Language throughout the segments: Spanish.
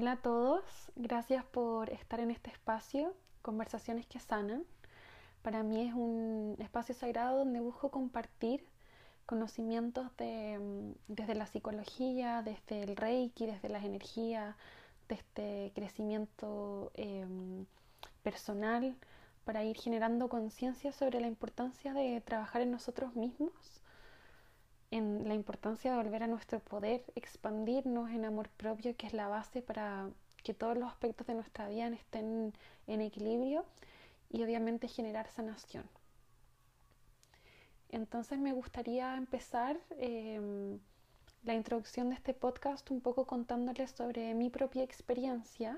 Hola a todos, gracias por estar en este espacio, Conversaciones que Sanan. Para mí es un espacio sagrado donde busco compartir conocimientos desde la psicología, desde el Reiki, desde las energías, desde crecimiento personal, para ir generando conciencia sobre la importancia de trabajar en nosotros mismos, en la importancia de volver a nuestro poder, expandirnos en amor propio, que es la base para que todos los aspectos de nuestra vida estén en equilibrio y obviamente generar sanación. Entonces me gustaría empezar la introducción de este podcast un poco contándoles sobre mi propia experiencia,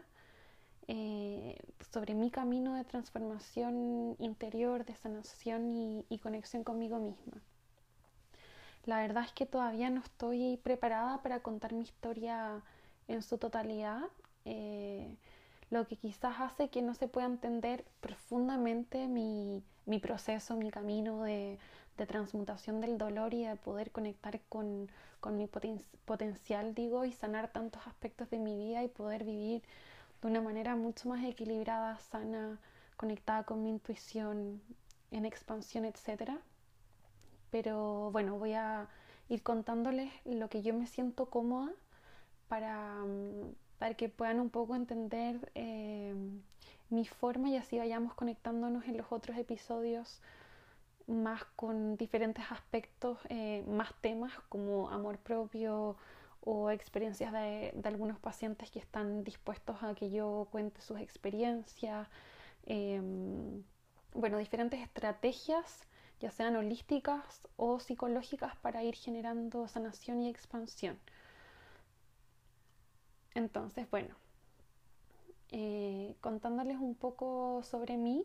sobre mi camino de transformación interior, de sanación y conexión conmigo misma. La verdad es que todavía no estoy preparada para contar mi historia en su totalidad, eh, lo que quizás hace que no se pueda entender profundamente mi proceso, mi camino de transmutación del dolor y de poder conectar con mi potencial, digo, y sanar tantos aspectos de mi vida y poder vivir de una manera mucho más equilibrada, sana, conectada con mi intuición, en expansión, etcétera. Pero bueno, voy a ir contándoles lo que yo me siento cómoda para que puedan un poco entender mi forma y así vayamos conectándonos en los otros episodios más con diferentes aspectos, más temas como amor propio o experiencias de algunos pacientes que están dispuestos a que yo cuente sus experiencias. Eh, bueno, diferentes estrategias, ya sean holísticas o psicológicas, para ir generando sanación y expansión. Entonces, bueno, contándoles un poco sobre mí,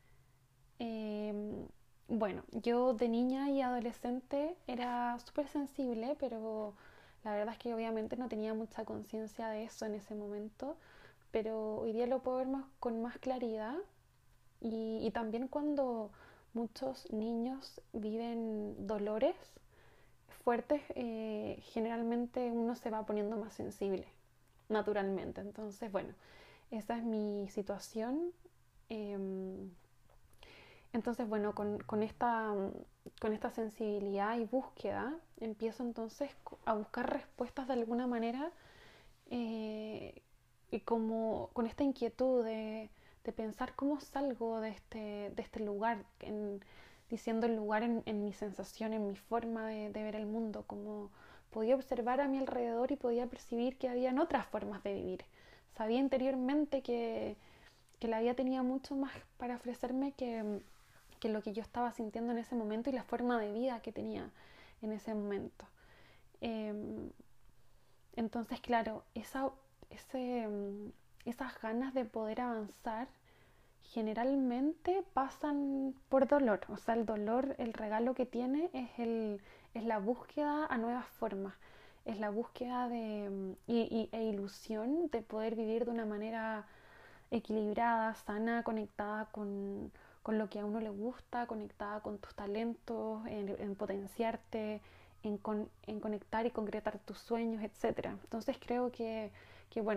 eh, bueno, yo de niña y adolescente era súper sensible, pero la verdad es que obviamente no tenía mucha conciencia de eso en ese momento, pero hoy día lo puedo ver con más claridad y también cuando muchos niños viven dolores fuertes, generalmente uno se va poniendo más sensible, naturalmente. Entonces, bueno, esa es mi situación. Eh, entonces, bueno, con esta sensibilidad y búsqueda, empiezo entonces a buscar respuestas de alguna manera, eh, y como con esta inquietud de pensar cómo salgo de este lugar, diciendo el lugar en mi sensación, en mi forma de ver el mundo, como podía observar a mi alrededor y podía percibir que habían otras formas de vivir. Sabía interiormente que la vida tenía mucho más para ofrecerme que lo que yo estaba sintiendo en ese momento y la forma de vida que tenía en ese momento. Eh, entonces, claro, ese, esas ganas de poder avanzar generalmente pasan por dolor. O sea, el dolor, el regalo que tiene es la búsqueda a nuevas formas. Es la búsqueda e ilusión de poder vivir de una manera equilibrada, sana, conectada con lo que a uno le gusta, conectada con tus talentos, en potenciarte, en conectar y concretar tus sueños, etcétera. Entonces creo que bueno,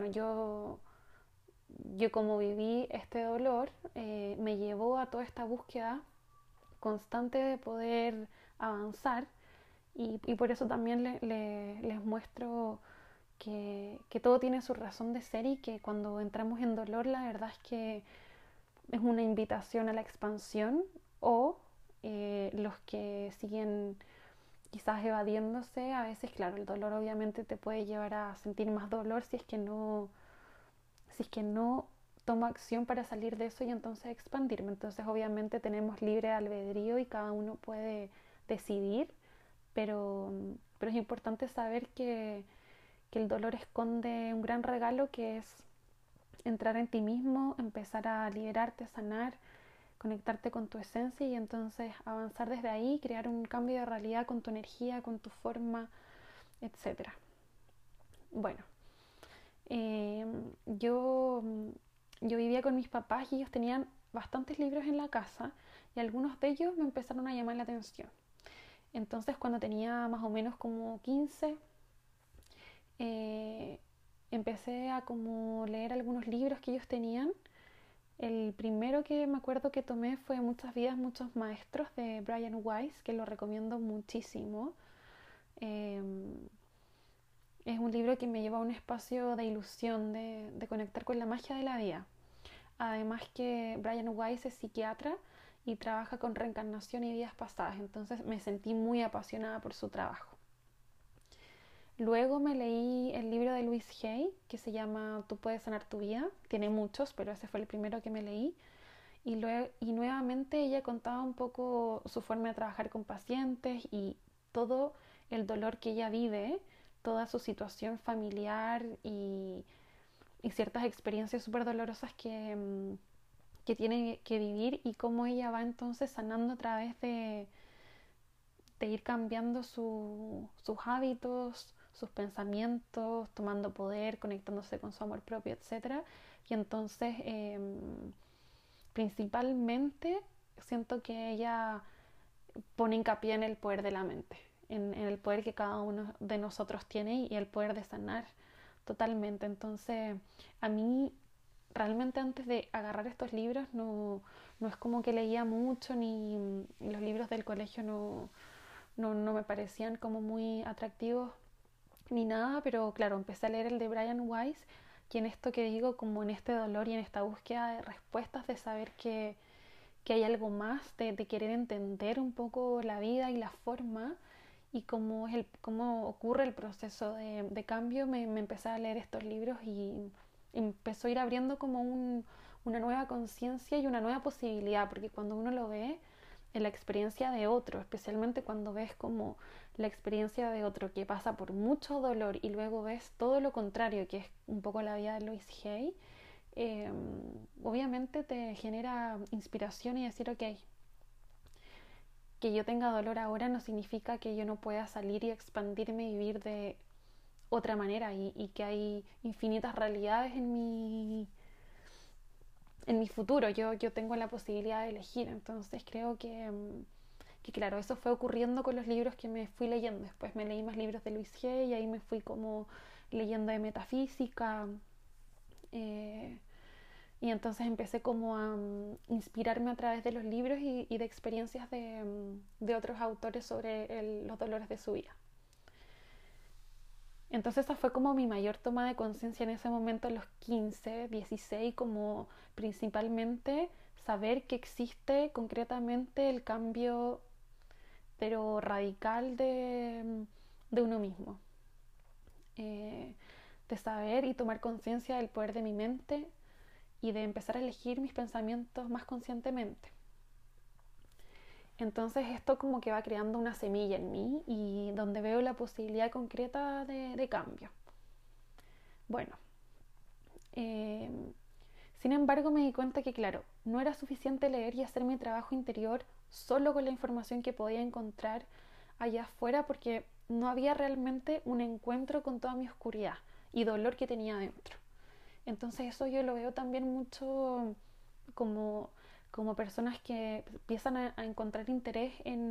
yo como viví este dolor, me llevó a toda esta búsqueda constante de poder avanzar y por eso también les muestro que todo tiene su razón de ser y que cuando entramos en dolor la verdad es que es una invitación a la expansión o los que siguen quizás evadiéndose, a veces claro, el dolor obviamente te puede llevar a sentir más dolor si es que no tomo acción para salir de eso y entonces expandirme. Entonces obviamente tenemos libre albedrío y cada uno puede decidir, pero, pero es importante saber que el dolor esconde un gran regalo que es entrar en ti mismo, empezar a liberarte, sanar, conectarte con tu esencia y entonces avanzar desde ahí, crear un cambio de realidad con tu energía, con tu forma, etcétera. Bueno, eh, yo, yo vivía con mis papás y ellos tenían bastantes libros en la casa y algunos de ellos me empezaron a llamar la atención. Entonces cuando tenía más o menos como 15, eh, empecé a como leer algunos libros que ellos tenían. El primero que me acuerdo que tomé fue Muchas vidas, muchos maestros de Brian Weiss, que lo recomiendo muchísimo. Eh, es un libro que me lleva a un espacio de ilusión, de conectar con la magia de la vida. Además que Brian Weiss es psiquiatra y trabaja con reencarnación y vidas pasadas, entonces me sentí muy apasionada por su trabajo. Luego me leí el libro de Louise Hay, que se llama Tú puedes sanar tu vida. Tiene muchos, pero ese fue el primero que me leí. Y nuevamente ella contaba un poco su forma de trabajar con pacientes y todo el dolor que ella vive, toda su situación familiar y ciertas experiencias súper dolorosas que tiene que vivir y cómo ella va entonces sanando a través de ir cambiando sus hábitos, sus pensamientos, tomando poder, conectándose con su amor propio, etcétera. Y entonces, principalmente, siento que ella pone hincapié en el poder de la mente, en el poder que cada uno de nosotros tiene y el poder de sanar totalmente. Entonces, a mí realmente antes de agarrar estos libros no es como que leía mucho ni los libros del colegio no me parecían como muy atractivos ni nada, pero claro, empecé a leer el de Brian Weiss y en esto que digo, como en este dolor y en esta búsqueda de respuestas, de saber que hay algo más, de querer entender un poco la vida y la forma y cómo ocurre el proceso de cambio, me empecé a leer estos libros y empezó a ir abriendo como una nueva conciencia y una nueva posibilidad, porque cuando uno lo ve en la experiencia de otro, especialmente cuando ves como la experiencia de otro que pasa por mucho dolor y luego ves todo lo contrario, que es un poco la vida de Louise Hay, eh, obviamente te genera inspiración y decir, ok, que yo tenga dolor ahora no significa que yo no pueda salir y expandirme y vivir de otra manera y que hay infinitas realidades en mi futuro. Yo tengo la posibilidad de elegir, entonces creo que claro, eso fue ocurriendo con los libros que me fui leyendo. Después me leí más libros de Luis G y ahí me fui como leyendo de metafísica. eh, y entonces empecé como a inspirarme a través de los libros y de experiencias de otros autores sobre los dolores de su vida. Entonces esa fue como mi mayor toma de conciencia en ese momento, a los 15, 16, como principalmente saber que existe concretamente el cambio, pero radical de uno mismo. Eh, de saber y tomar conciencia del poder de mi mente y de empezar a elegir mis pensamientos más conscientemente. Entonces esto como que va creando una semilla en mí y donde veo la posibilidad concreta de cambio. Bueno, eh, sin embargo me di cuenta que claro, no era suficiente leer y hacer mi trabajo interior solo con la información que podía encontrar allá afuera porque no había realmente un encuentro con toda mi oscuridad y dolor que tenía dentro. Entonces eso yo lo veo también mucho como, como personas que empiezan a encontrar interés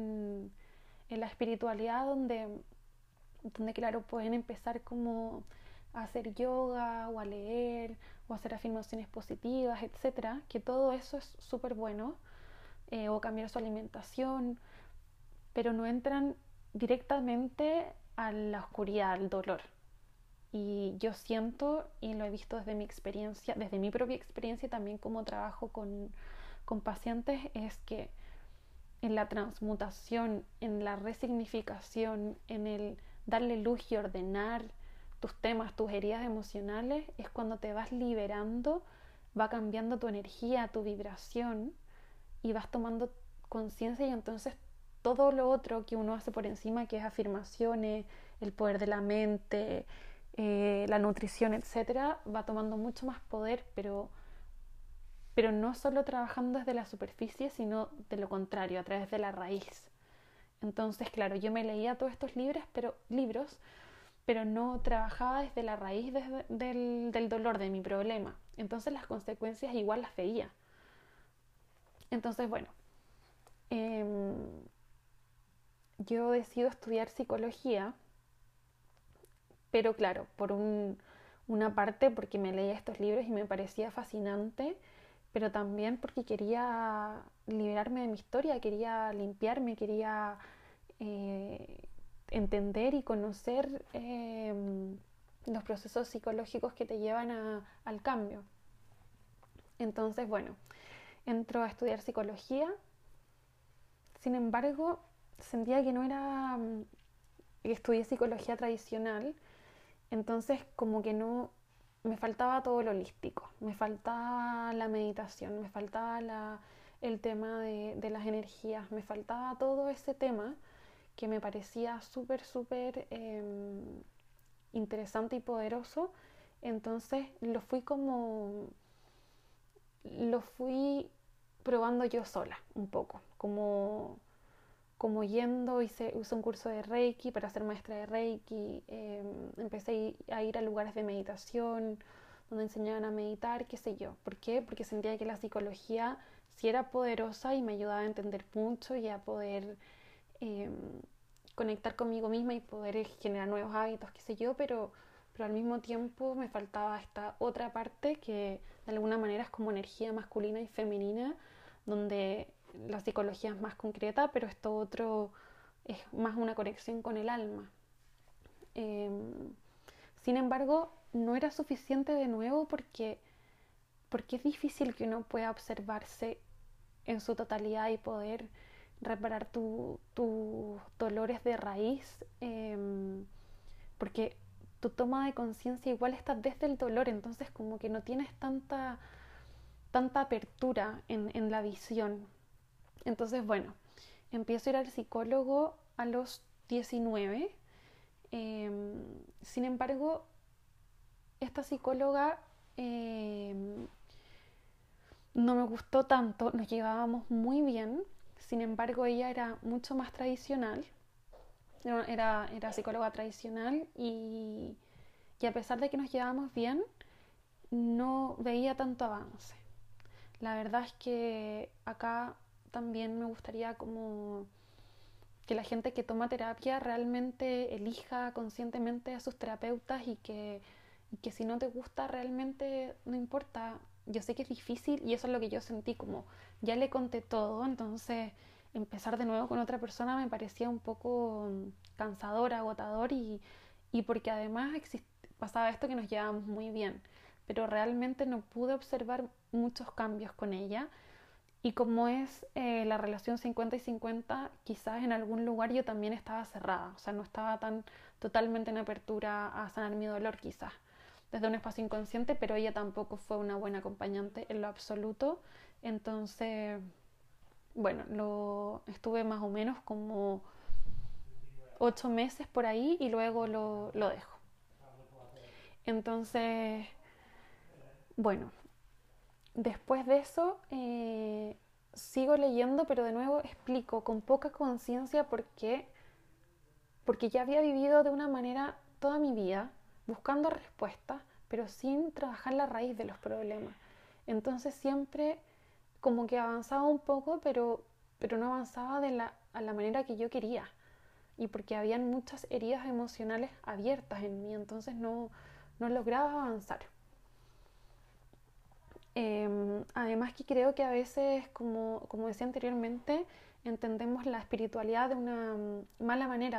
en la espiritualidad donde claro pueden empezar como a hacer yoga o a leer o a hacer afirmaciones positivas, etcétera, que todo eso es súper bueno, o cambiar su alimentación, pero no entran directamente a la oscuridad, al dolor. Y yo siento, y lo he visto desde mi experiencia, desde mi propia experiencia también como trabajo con pacientes, es que en la transmutación, en la resignificación, en el darle luz y ordenar tus temas, tus heridas emocionales, es cuando te vas liberando, va cambiando tu energía, tu vibración y vas tomando conciencia y entonces todo lo otro que uno hace por encima, que es afirmaciones, el poder de la mente, la nutrición, etcétera, va tomando mucho más poder, pero no solo trabajando desde la superficie, sino de lo contrario, a través de la raíz. Entonces, claro, yo me leía todos estos libros, pero no trabajaba desde la raíz del dolor, de mi problema. Entonces las consecuencias igual las veía. Entonces, bueno, eh, yo decido estudiar psicología, pero claro, por Una parte porque me leía estos libros y me parecía fascinante, pero también porque quería liberarme de mi historia, quería limpiarme, quería eh, entender y conocer los procesos psicológicos que te llevan al cambio. Entonces, bueno, entro a estudiar psicología. Sin embargo, sentía que no era... estudié psicología tradicional, entonces como que no... Me faltaba todo lo holístico, me faltaba la meditación, me faltaba el tema de las energías, me faltaba todo ese tema que me parecía súper, súper interesante y poderoso. Entonces lo fui probando yo sola un poco, como yendo, hice un curso de Reiki para ser maestra de Reiki, empecé a ir a lugares de meditación donde enseñaban a meditar, qué sé yo. ¿Por qué? Porque sentía que la psicología sí era poderosa y me ayudaba a entender mucho y a poder eh, conectar conmigo misma y poder generar nuevos hábitos, qué sé yo, pero al mismo tiempo me faltaba esta otra parte que de alguna manera es como energía masculina y femenina, donde la psicología es más concreta, pero esto otro es más una conexión con el alma. Eh, Sin embargo, no era suficiente de nuevo porque es difícil que uno pueda observarse en su totalidad y poder reparar tus dolores de raíz, porque tu toma de conciencia igual está desde el dolor, entonces como que no tienes tanta apertura en la visión. Entonces, bueno, empiezo a ir al psicólogo a los 19. Eh, Sin embargo, esta psicóloga no me gustó tanto, nos llevábamos muy bien, sin embargo ella era mucho más tradicional, era psicóloga tradicional y a pesar de que nos llevábamos bien, no veía tanto avance. La verdad es que acá también me gustaría como que la gente que toma terapia realmente elija conscientemente a sus terapeutas y que si no te gusta realmente no importa. Yo sé que es difícil y eso es lo que yo sentí, como ya le conté todo, entonces empezar de nuevo con otra persona me parecía un poco cansador, agotador y porque además pasaba esto que nos llevábamos muy bien, pero realmente no pude observar muchos cambios con ella y como es la relación 50 y 50, quizás en algún lugar yo también estaba cerrada, o sea, no estaba tan totalmente en apertura a sanar mi dolor quizás desde un espacio inconsciente, pero ella tampoco fue una buena acompañante en lo absoluto. Entonces, bueno, estuve más o menos como 8 meses por ahí y luego lo dejo. Entonces, bueno, después de eso sigo leyendo, pero de nuevo explico con poca conciencia porque ya había vivido de una manera toda mi vida buscando respuestas, pero sin trabajar la raíz de los problemas. Entonces siempre como que avanzaba un poco, pero no avanzaba a la manera que yo quería. Y porque habían muchas heridas emocionales abiertas en mí, entonces no lograba avanzar. Además que creo que a veces, como decía anteriormente, entendemos la espiritualidad de una mala manera,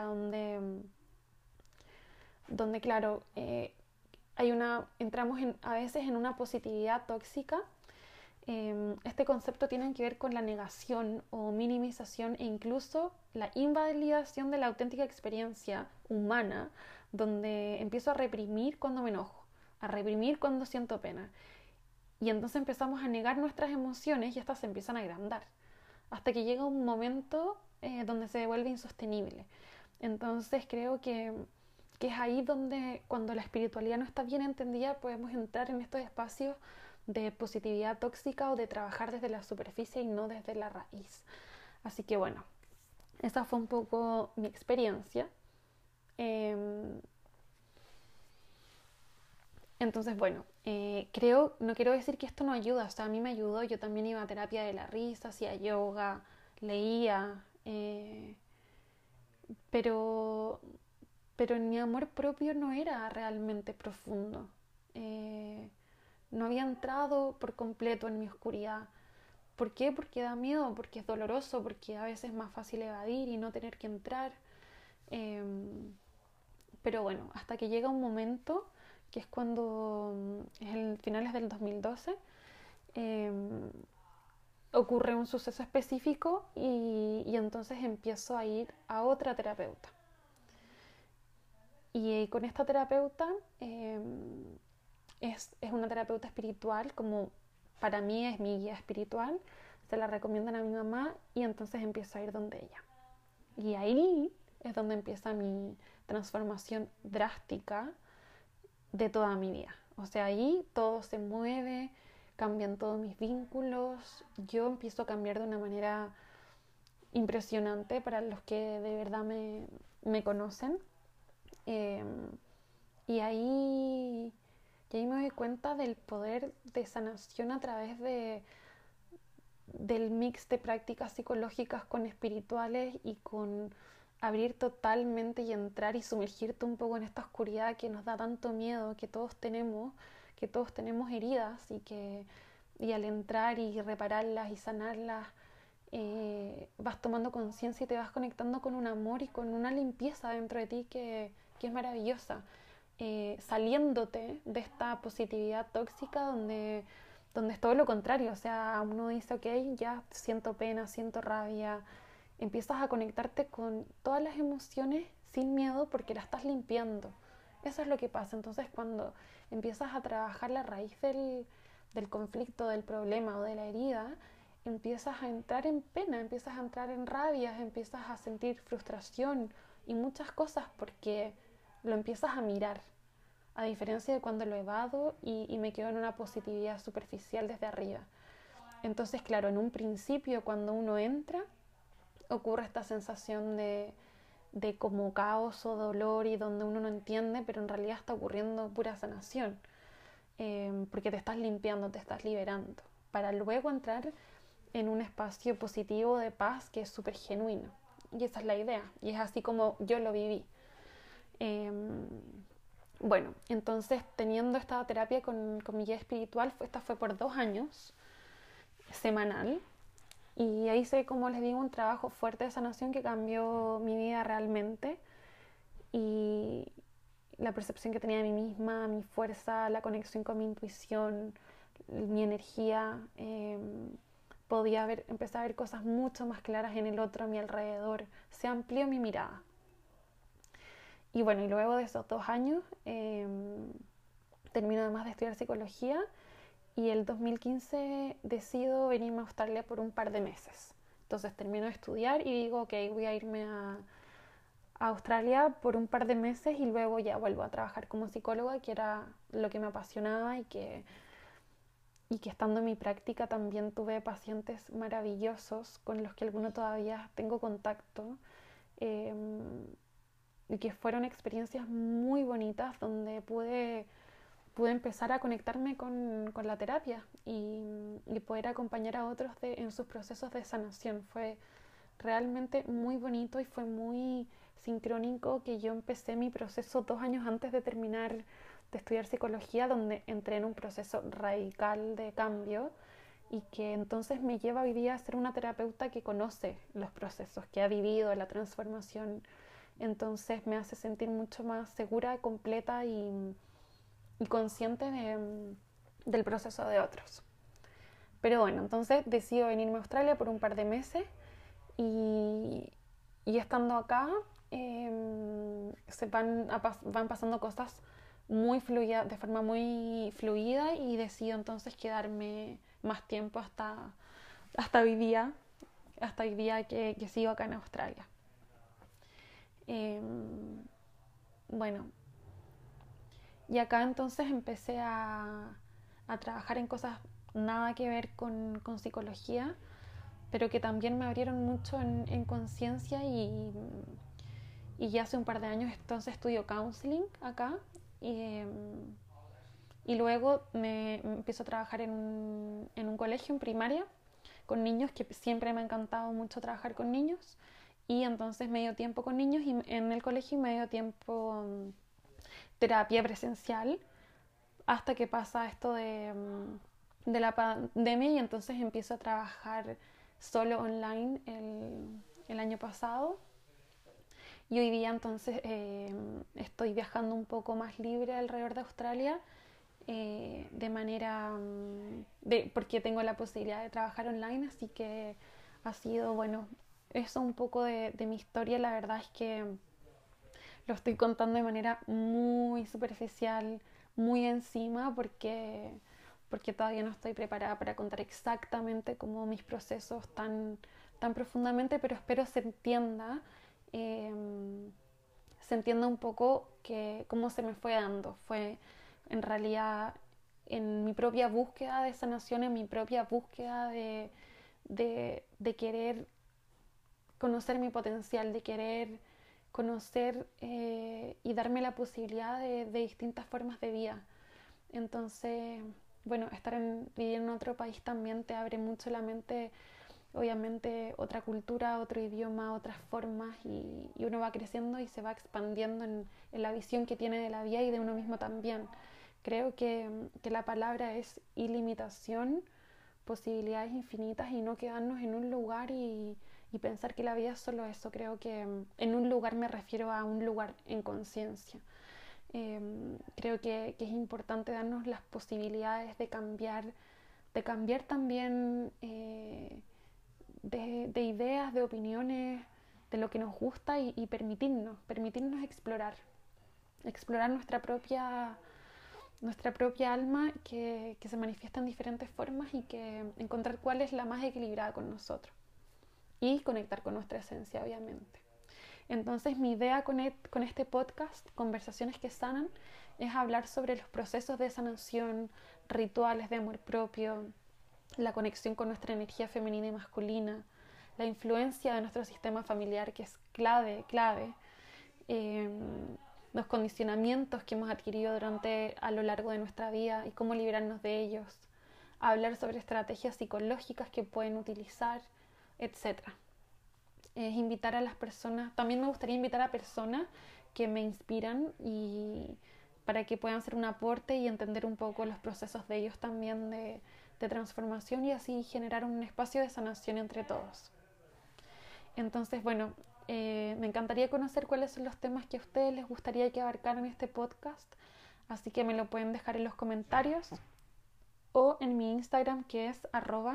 donde claro, entramos a veces en una positividad tóxica. Este concepto tiene que ver con la negación o minimización e incluso la invalidación de la auténtica experiencia humana, donde empiezo a reprimir cuando me enojo, a reprimir cuando siento pena. Y entonces empezamos a negar nuestras emociones y estas se empiezan a agrandar, hasta que llega un momento donde se vuelve insostenible. Entonces creo que es ahí donde cuando la espiritualidad no está bien entendida podemos entrar en estos espacios de positividad tóxica o de trabajar desde la superficie y no desde la raíz. Así que bueno, esa fue un poco mi experiencia. Eh, entonces, bueno, no quiero decir que esto no ayuda, o sea, a mí me ayudó, yo también iba a terapia de la risa, hacía yoga, leía, pero, pero mi amor propio no era realmente profundo. no había entrado por completo en mi oscuridad. ¿Por qué? Porque da miedo, porque es doloroso, porque a veces es más fácil evadir y no tener que entrar. Eh, pero bueno, hasta que llega un momento, que es cuando, es el finales del 2012, eh, ocurre un suceso específico y entonces empiezo a ir a otra terapeuta. Y con esta terapeuta es una terapeuta espiritual, como para mí es mi guía espiritual, se la recomiendan a mi mamá y entonces empiezo a ir donde ella. Y ahí es donde empieza mi transformación drástica de toda mi vida. O sea, ahí todo se mueve, cambian todos mis vínculos, yo empiezo a cambiar de una manera impresionante para los que de verdad me conocen. Eh, y ahí y ahí me doy cuenta del poder de sanación a través del mix de prácticas psicológicas con espirituales y con abrir totalmente y entrar y sumergirte un poco en esta oscuridad que nos da tanto miedo, que todos tenemos heridas y al entrar y repararlas y sanarlas, vas tomando conciencia y te vas conectando con un amor y con una limpieza dentro de ti que es maravillosa. Saliéndote de esta positividad tóxica donde es todo lo contrario, o sea, uno dice, ok, ya siento pena, siento rabia, empiezas a conectarte con todas las emociones sin miedo porque la estás limpiando. Eso es lo que pasa. Entonces, cuando empiezas a trabajar la raíz del conflicto, del problema o de la herida, empiezas a entrar en pena, empiezas a entrar en rabia, empiezas a sentir frustración y muchas cosas porque lo empiezas a mirar, a diferencia de cuando lo evado y me quedo en una positividad superficial desde arriba. Entonces, claro, en un principio cuando uno entra, ocurre esta sensación de como caos o dolor y donde uno no entiende, pero en realidad está ocurriendo pura sanación, porque te estás limpiando, te estás liberando, para luego entrar en un espacio positivo de paz que es súper genuino. Y esa es la idea, y es así como yo lo viví. Eh, bueno, entonces teniendo esta terapia con mi guía espiritual, esta fue por 2 años, semanal, y ahí hice, como les digo, un trabajo fuerte de sanación que cambió mi vida realmente y la percepción que tenía de mí misma, mi fuerza, la conexión con mi intuición, mi energía, podía empezar a ver cosas mucho más claras en el otro, a mi alrededor, se amplió mi mirada. Y bueno, y luego de esos 2 años termino además de estudiar psicología y el 2015 decido venirme a Australia por un par de meses. Entonces termino de estudiar y digo, ok, voy a irme a Australia por un par de meses y luego ya vuelvo a trabajar como psicóloga, que era lo que me apasionaba y que estando en mi práctica también tuve pacientes maravillosos con los que algunos todavía tengo contacto. Eh, y que fueron experiencias muy bonitas donde pude empezar a conectarme con la terapia y poder acompañar a otros en sus procesos de sanación. Fue realmente muy bonito y fue muy sincrónico que yo empecé mi proceso 2 años antes de terminar de estudiar psicología, donde entré en un proceso radical de cambio y que entonces me lleva hoy día a ser una terapeuta que conoce los procesos, que ha vivido la transformación. Entonces me hace sentir mucho más segura, completa y consciente del proceso de otros. Pero bueno, entonces decido venirme a Australia por un par de meses y, y estando acá van pasando cosas muy fluida, de forma muy fluida y decido entonces quedarme más tiempo hasta hoy día, que sigo acá en Australia. Eh, bueno, y acá entonces empecé a trabajar en cosas nada que ver con psicología, pero que también me abrieron mucho en conciencia y ya hace un par de años entonces estudio counseling acá y, y luego me empiezo a trabajar en un colegio, en primaria, con niños, que siempre me ha encantado mucho trabajar con niños y entonces medio tiempo con niños y en el colegio y medio tiempo terapia presencial hasta que pasa esto de la pandemia y entonces empiezo a trabajar solo online el año pasado. Y hoy día entonces estoy viajando un poco más libre alrededor de Australia, de manera, porque tengo la posibilidad de trabajar online, así que ha sido, bueno, eso un poco de mi historia. La verdad es que lo estoy contando de manera muy superficial, muy encima, porque todavía no estoy preparada para contar exactamente cómo mis procesos tan profundamente, pero espero eh, se entienda un poco que cómo se me fue dando. Fue en realidad en mi propia búsqueda de sanación, en mi propia búsqueda de querer conocer mi potencial, de querer conocer y darme la posibilidad de distintas formas de vida. Entonces, bueno, vivir en otro país también te abre mucho la mente, obviamente otra cultura, otro idioma, otras formas, y uno va creciendo y se va expandiendo en la visión que tiene de la vida y de uno mismo también. Creo que la palabra es ilimitación, posibilidades infinitas, y no quedarnos en un lugar y pensar que la vida es solo eso. Creo que en un lugar me refiero a un lugar en conciencia. Creo que es importante darnos las posibilidades de cambiar también de ideas, de opiniones, de lo que nos gusta, y permitirnos explorar nuestra propia alma, que se manifiesta en diferentes formas, y que encontrar cuál es la más equilibrada con nosotros y conectar con nuestra esencia, obviamente. Entonces mi idea con este podcast, Conversaciones que Sanan, es hablar sobre los procesos de sanación, rituales de amor propio, la conexión con nuestra energía femenina y masculina, la influencia de nuestro sistema familiar, que es clave, eh, los condicionamientos que hemos adquirido a lo largo de nuestra vida y cómo librarnos de ellos, hablar sobre estrategias psicológicas que pueden utilizar, etcétera. Es invitar a las personas, también me gustaría invitar a personas que me inspiran, y para que puedan hacer un aporte y entender un poco los procesos de ellos también de transformación, y así generar un espacio de sanación entre todos. Entonces, bueno, me encantaría conocer cuáles son los temas que a ustedes les gustaría que abarcaran este podcast, así que me lo pueden dejar en los comentarios o en mi Instagram, que es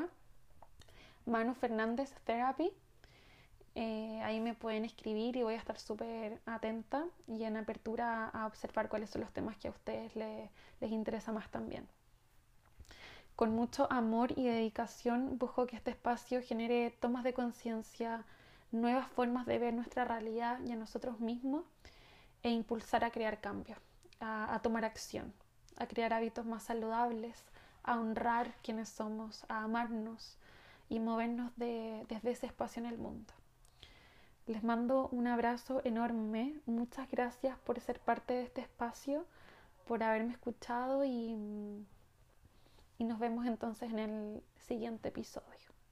@manufernandeztherapy. Ahí me pueden escribir y voy a estar súper atenta y en apertura a observar cuáles son los temas que a ustedes les interesa más también. Con mucho amor y dedicación busco que este espacio genere tomas de conciencia, nuevas formas de ver nuestra realidad y a nosotros mismos, e impulsar a crear cambios, a tomar acción, a crear hábitos más saludables, a honrar quienes somos, a amarnos y movernos desde ese espacio en el mundo. Les mando un abrazo enorme. Muchas gracias por ser parte de este espacio, por haberme escuchado, y nos vemos entonces en el siguiente episodio.